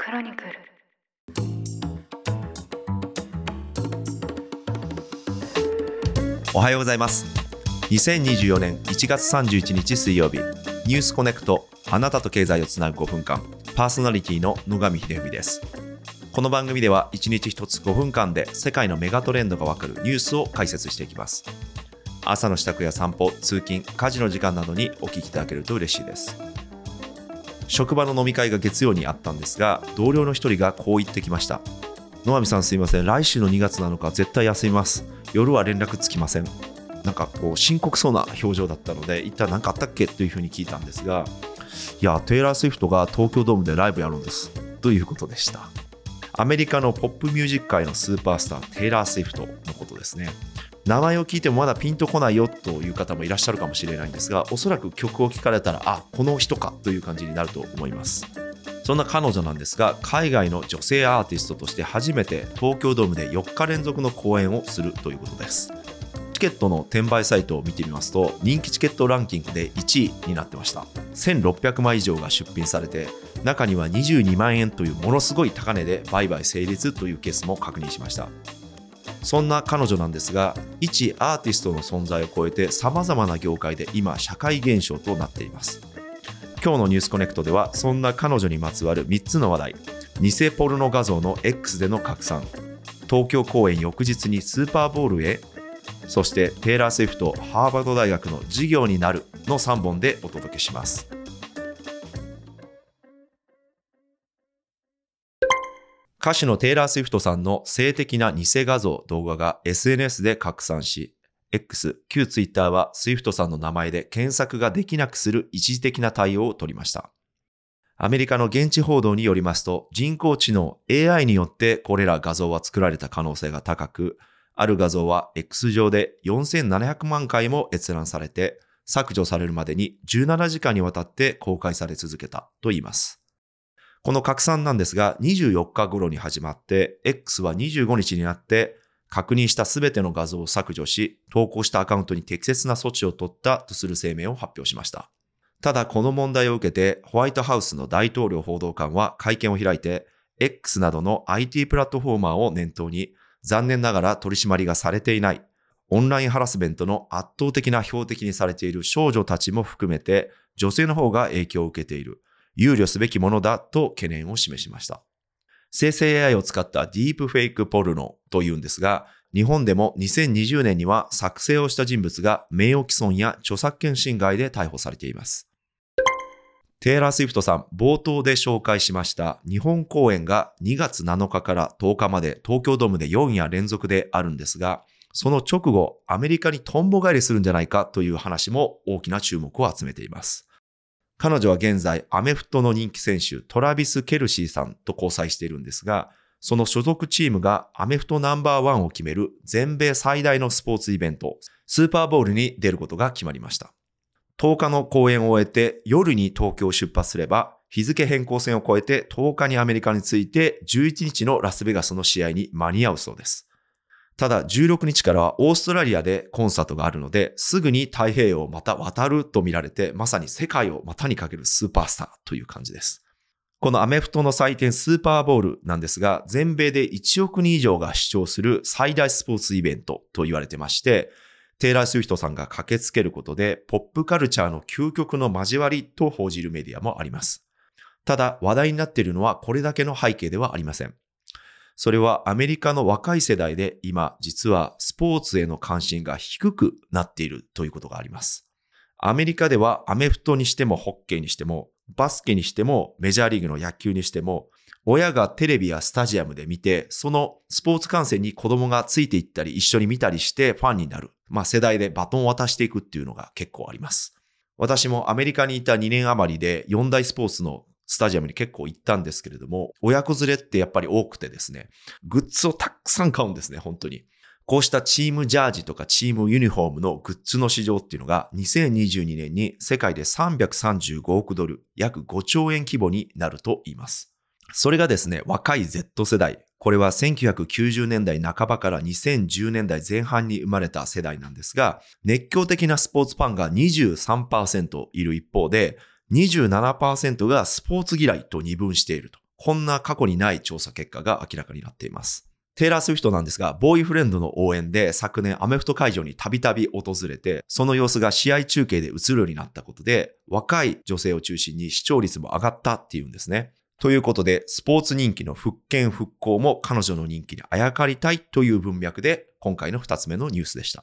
クロニクル。 おはようございます。2024年1月31日水曜日、ニュースコネクト、あなたと経済をつなぐ5分間、パーソナリティの野上秀文です。この番組では1日1つ5分間で世界のメガトレンドがわかるニュースを解説していきます。朝の支度や散歩、通勤、家事の時間などにお聞きいただけると嬉しいです。職場の飲み会が月曜にあったんですが、同僚の一人がこう言ってきました。野上さんすいません、来週の2月7日絶対休みます。夜は連絡つきません。なんかこう深刻そうな表情だったので、一体何かあったっけというふうに聞いたんですが、いや、テイラー・スウィフトが東京ドームでライブやるんですということでした。アメリカのポップミュージック界のスーパースター、テイラー・スウィフトのことですね。名前を聞いてもまだピンとこないよという方もいらっしゃるかもしれないんですが、おそらく曲を聴かれたら、あ、この人かという感じになると思います。そんな彼女なんですが、海外の女性アーティストとして初めて東京ドームで4日連続の公演をするということです。チケットの転売サイトを見てみますと、人気チケットランキングで1位になってました。1600枚以上が出品されて、中には22万円というものすごい高値で売買成立というケースも確認しました。そんな彼女なんですが、一アーティストの存在を超えて様々な業界で今社会現象となっています。今日のニュースコネクトでは、そんな彼女にまつわる3つの話題、偽ポルノ画像の X での拡散、東京公演翌日にスーパーボウルへ、そしてテイラー・スウィフトハーバード大学の授業になるの3本でお届けします。歌手のテイラー・スウィフトさんの性的な偽画像動画が SNS で拡散し、X、旧ツイッターはスウィフトさんの名前で検索ができなくする一時的な対応を取りました。アメリカの現地報道によりますと、人工知能 AI によってこれら画像は作られた可能性が高く、ある画像は X 上で4700万回も閲覧されて、削除されるまでに17時間にわたって公開され続けたといいます。この拡散なんですが、24日頃に始まって、X は25日になって確認したすべての画像を削除し、投稿したアカウントに適切な措置を取ったとする声明を発表しました。ただこの問題を受けて、ホワイトハウスの大統領報道官は会見を開いて、X などの IT プラットフォーマーを念頭に、残念ながら取り締まりがされていない、オンラインハラスメントの圧倒的な標的にされている少女たちも含めて、女性の方が影響を受けている、憂慮すべきものだと懸念を示しました。生成 AI を使ったディープフェイクポルノというんですが、日本でも2020年には作成をした人物が名誉毀損や著作権侵害で逮捕されています。テイラー・スウィフトさん、冒頭で紹介しました日本公演が2月7日から10日まで東京ドームで4夜連続であるんですが、その直後、アメリカにとんぼ返りするんじゃないかという話も大きな注目を集めています。彼女は現在、アメフトの人気選手、トラビス・ケルシーさんと交際しているんですが、その所属チームがアメフトナンバーワンを決める全米最大のスポーツイベント、スーパーボウルに出ることが決まりました。10日の公演を終えて夜に東京を出発すれば、日付変更線を越えて10日にアメリカに着いて11日のラスベガスの試合に間に合うそうです。ただ16日からはオーストラリアでコンサートがあるので、すぐに太平洋をまた渡ると見られて、まさに世界を股にかけるスーパースターという感じです。このアメフトの祭典スーパーボウルなんですが、全米で1億人以上が視聴する最大スポーツイベントと言われてまして、テイラー・スウィフトさんが駆けつけることで、ポップカルチャーの究極の交わりと報じるメディアもあります。ただ話題になっているのはこれだけの背景ではありません。それはアメリカの若い世代で今実はスポーツへの関心が低くなっているということがあります。アメリカではアメフトにしてもホッケーにしてもバスケにしてもメジャーリーグの野球にしても、親がテレビやスタジアムで見て、そのスポーツ観戦に子供がついていったり一緒に見たりしてファンになる。世代でバトンを渡していくっていうのが結構あります。私もアメリカにいた2年余りで4大スポーツのスタジアムに結構行ったんですけれども、親子連れってやっぱり多くてですね、グッズをたくさん買うんですね、本当に。こうしたチームジャージとかチームユニフォームのグッズの市場っていうのが2022年に世界で335億ドル、約5兆円規模になると言います。それがですね、若い Z 世代。これは1990年代半ばから2010年代前半に生まれた世代なんですが、熱狂的なスポーツファンが 23% いる一方で、27% がスポーツ嫌いと二分していると。 こんな過去にない調査結果が明らかになっています。テイラー・スウィフトなんですが、ボーイフレンドの応援で昨年アメフト会場にたびたび訪れて、その様子が試合中継で映るようになったことで、若い女性を中心に視聴率も上がったっていうんですね。ということで、スポーツ人気の復権復興も彼女の人気にあやかりたいという文脈で、今回の2つ目のニュースでした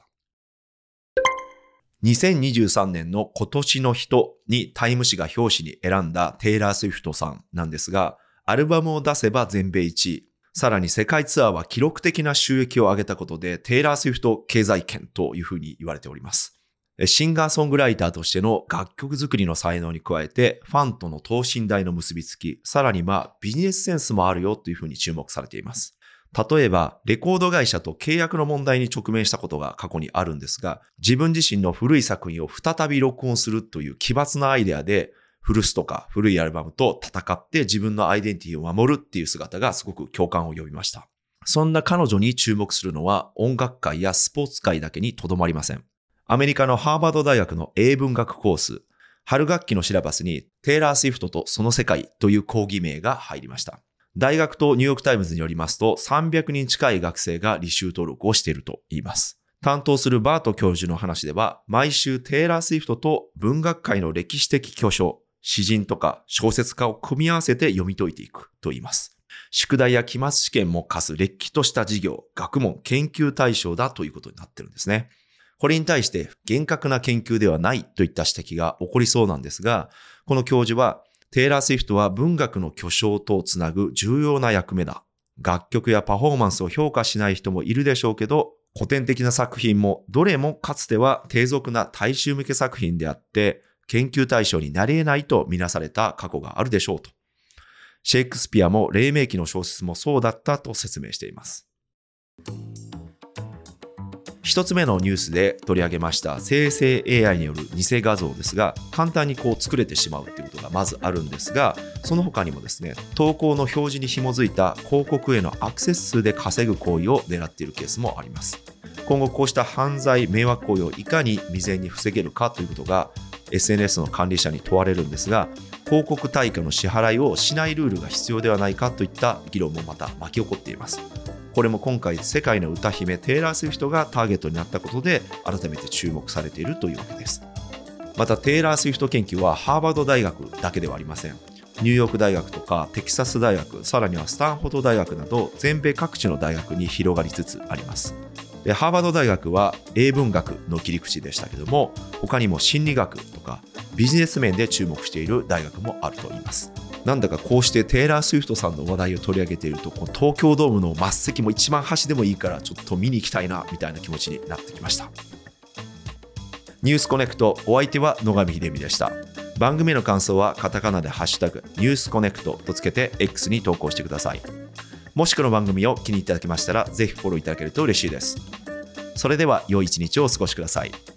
。2023年の今年の人にタイム誌が表紙に選んだテイラー・スウィフトさんなんですが、アルバムを出せば全米1位。さらに世界ツアーは記録的な収益を上げたことで、テイラー・スウィフト経済圏というふうに言われております。シンガーソングライターとしての楽曲作りの才能に加えて、ファンとの等身大の結びつき、さらにビジネスセンスもあるよというふうに注目されています。例えば、レコード会社と契約の問題に直面したことが過去にあるんですが、自分自身の古い作品を再び録音するという奇抜なアイデアで、古巣とか古いアルバムと戦って自分のアイデンティティを守るっていう姿がすごく共感を呼びました。そんな彼女に注目するのは音楽界やスポーツ界だけにとどまりません。アメリカのハーバード大学の英文学コース、春学期のシラバスにテイラー・スウィフトとその世界という講義名が入りました。大学とニューヨークタイムズによりますと300人近い学生が履修登録をしていると言います。担当するバート教授の話では毎週テイラー・スウィフトと文学界の歴史的巨匠、詩人とか小説家を組み合わせて読み解いていくと言います。宿題や期末試験も課すれっきとした授業、学問、研究対象だということになってるんですね。これに対して厳格な研究ではないといった指摘が起こりそうなんですが、この教授はテイラー・スウィフトは文学の巨匠とをつなぐ重要な役目だ。楽曲やパフォーマンスを評価しない人もいるでしょうけど、古典的な作品もどれもかつては低俗な大衆向け作品であって、研究対象になり得ないとみなされた過去があるでしょうと。シェイクスピアも黎明期の小説もそうだったと説明しています。一つ目のニュースで取り上げました生成 AI による偽画像ですが、簡単に作れてしまうということがまずあるんですが、その他にもですね、投稿の表示に紐づいた広告へのアクセス数で稼ぐ行為を狙っているケースもあります。今後こうした犯罪迷惑行為をいかに未然に防げるかということがSNS の管理者に問われるんですが、広告対価の支払いをしないルールが必要ではないかといった議論もまた巻き起こっています。これも今回世界の歌姫テイラー・スウィフトがターゲットになったことで改めて注目されているというわけです。またテイラー・スウィフト研究はハーバード大学だけではありません。ニューヨーク大学とかテキサス大学、さらにはスタンフォード大学など全米各地の大学に広がりつつあります。でハーバード大学は英文学の切り口でしたけども、他にも心理学とかビジネス面で注目している大学もあるといいます。なんだかこうしてテイラー・スウィフトさんの話題を取り上げていると、東京ドームの末席も一番端でもいいからちょっと見に行きたいなみたいな気持ちになってきました。ニュースコネクト、お相手は野上秀美でした。番組の感想はカタカナでハッシュタグニュースコネクトとつけて X に投稿してください。もしこの番組を気に入っていただけましたらぜひフォローいただけると嬉しいです。それでは良い一日をお過ごしください。